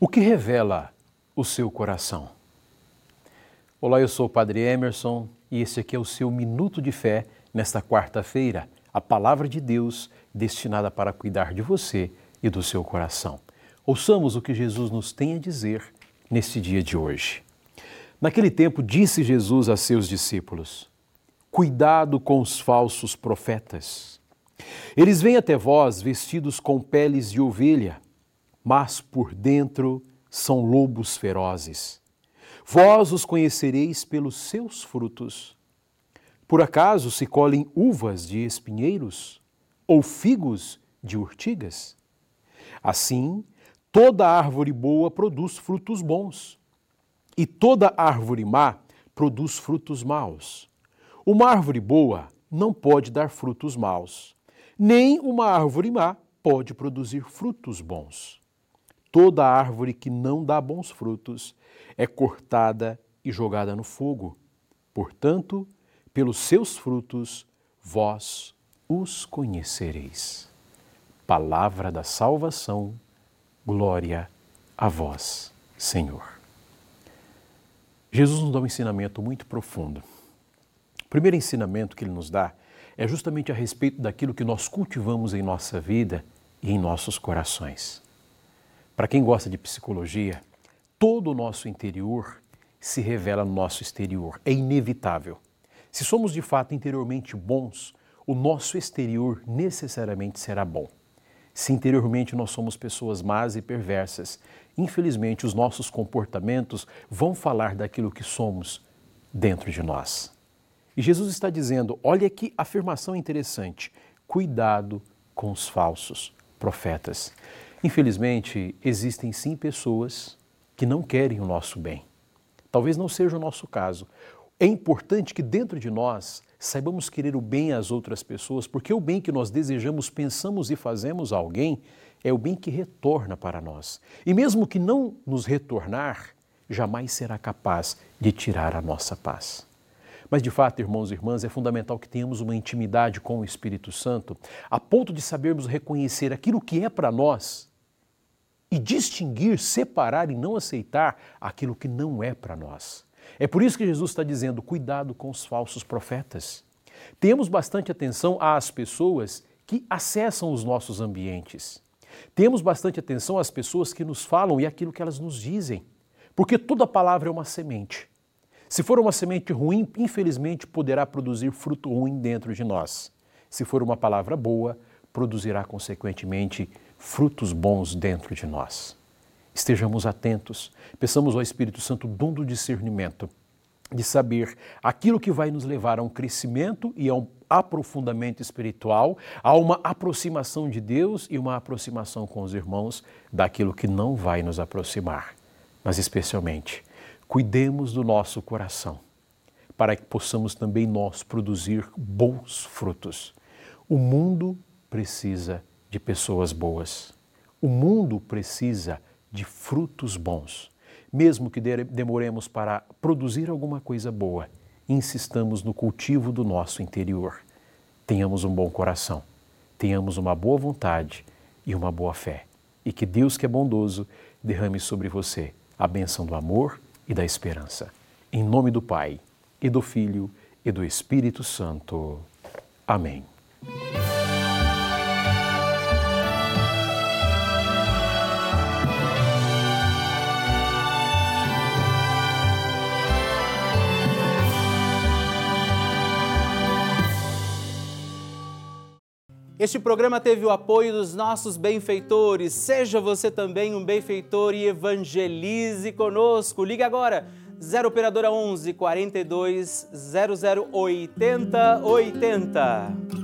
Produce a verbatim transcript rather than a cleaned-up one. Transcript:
O que revela o seu coração? Olá, eu sou o Padre Emerson e esse aqui é o seu Minuto de Fé nesta quarta-feira, a Palavra de Deus destinada para cuidar de você e do seu coração. Ouçamos o que Jesus nos tem a dizer neste dia de hoje. Naquele tempo disse Jesus a seus discípulos: cuidado com os falsos profetas. Eles vêm até vós vestidos com peles de ovelha, mas por dentro são lobos ferozes. Vós os conhecereis pelos seus frutos. Por acaso se colhem uvas de espinheiros ou figos de urtigas? Assim, toda árvore boa produz frutos bons, e toda árvore má produz frutos maus. Uma árvore boa não pode dar frutos maus, nem uma árvore má pode produzir frutos bons. Toda árvore que não dá bons frutos é cortada e jogada no fogo. Portanto, pelos seus frutos vós os conhecereis. Palavra da salvação, glória a vós, Senhor. Jesus nos dá um ensinamento muito profundo. O primeiro ensinamento que ele nos dá é justamente a respeito daquilo que nós cultivamos em nossa vida e em nossos corações. Para quem gosta de psicologia, todo o nosso interior se revela no nosso exterior. É inevitável. Se somos de fato interiormente bons, o nosso exterior necessariamente será bom. Se interiormente nós somos pessoas más e perversas, infelizmente os nossos comportamentos vão falar daquilo que somos dentro de nós. E Jesus está dizendo, olha que afirmação interessante, cuidado com os falsos profetas. Infelizmente, existem sim pessoas que não querem o nosso bem. Talvez não seja o nosso caso. É importante que dentro de nós saibamos querer o bem às outras pessoas, porque o bem que nós desejamos, pensamos e fazemos a alguém é o bem que retorna para nós. E mesmo que não nos retornar, jamais será capaz de tirar a nossa paz. Mas de fato, irmãos e irmãs, é fundamental que tenhamos uma intimidade com o Espírito Santo, a ponto de sabermos reconhecer aquilo que é para nós e distinguir, separar e não aceitar aquilo que não é para nós. É por isso que Jesus está dizendo, cuidado com os falsos profetas. Temos bastante atenção às pessoas que acessam os nossos ambientes. Temos bastante atenção às pessoas que nos falam e aquilo que elas nos dizem. Porque toda palavra é uma semente. Se for uma semente ruim, infelizmente poderá produzir fruto ruim dentro de nós. Se for uma palavra boa, produzirá consequentemente frutos bons dentro de nós. Estejamos atentos, peçamos ao Espírito Santo o dom do discernimento, de saber aquilo que vai nos levar a um crescimento e a um aprofundamento espiritual, a uma aproximação de Deus e uma aproximação com os irmãos daquilo que não vai nos aproximar. Mas especialmente, cuidemos do nosso coração, para que possamos também nós produzir bons frutos. O mundo precisa de pessoas boas. O mundo precisa de frutos bons. Mesmo que demoremos para produzir alguma coisa boa, insistamos no cultivo do nosso interior. Tenhamos um bom coração, tenhamos uma boa vontade e uma boa fé. E que Deus, que é bondoso, derrame sobre você a bênção do amor e da esperança. Em nome do Pai, e do Filho, e do Espírito Santo. Amém. Este programa teve o apoio dos nossos benfeitores. Seja você também um benfeitor e evangelize conosco. Ligue agora, zero operadora onze, quarenta e dois, zero zero oitenta, oitenta.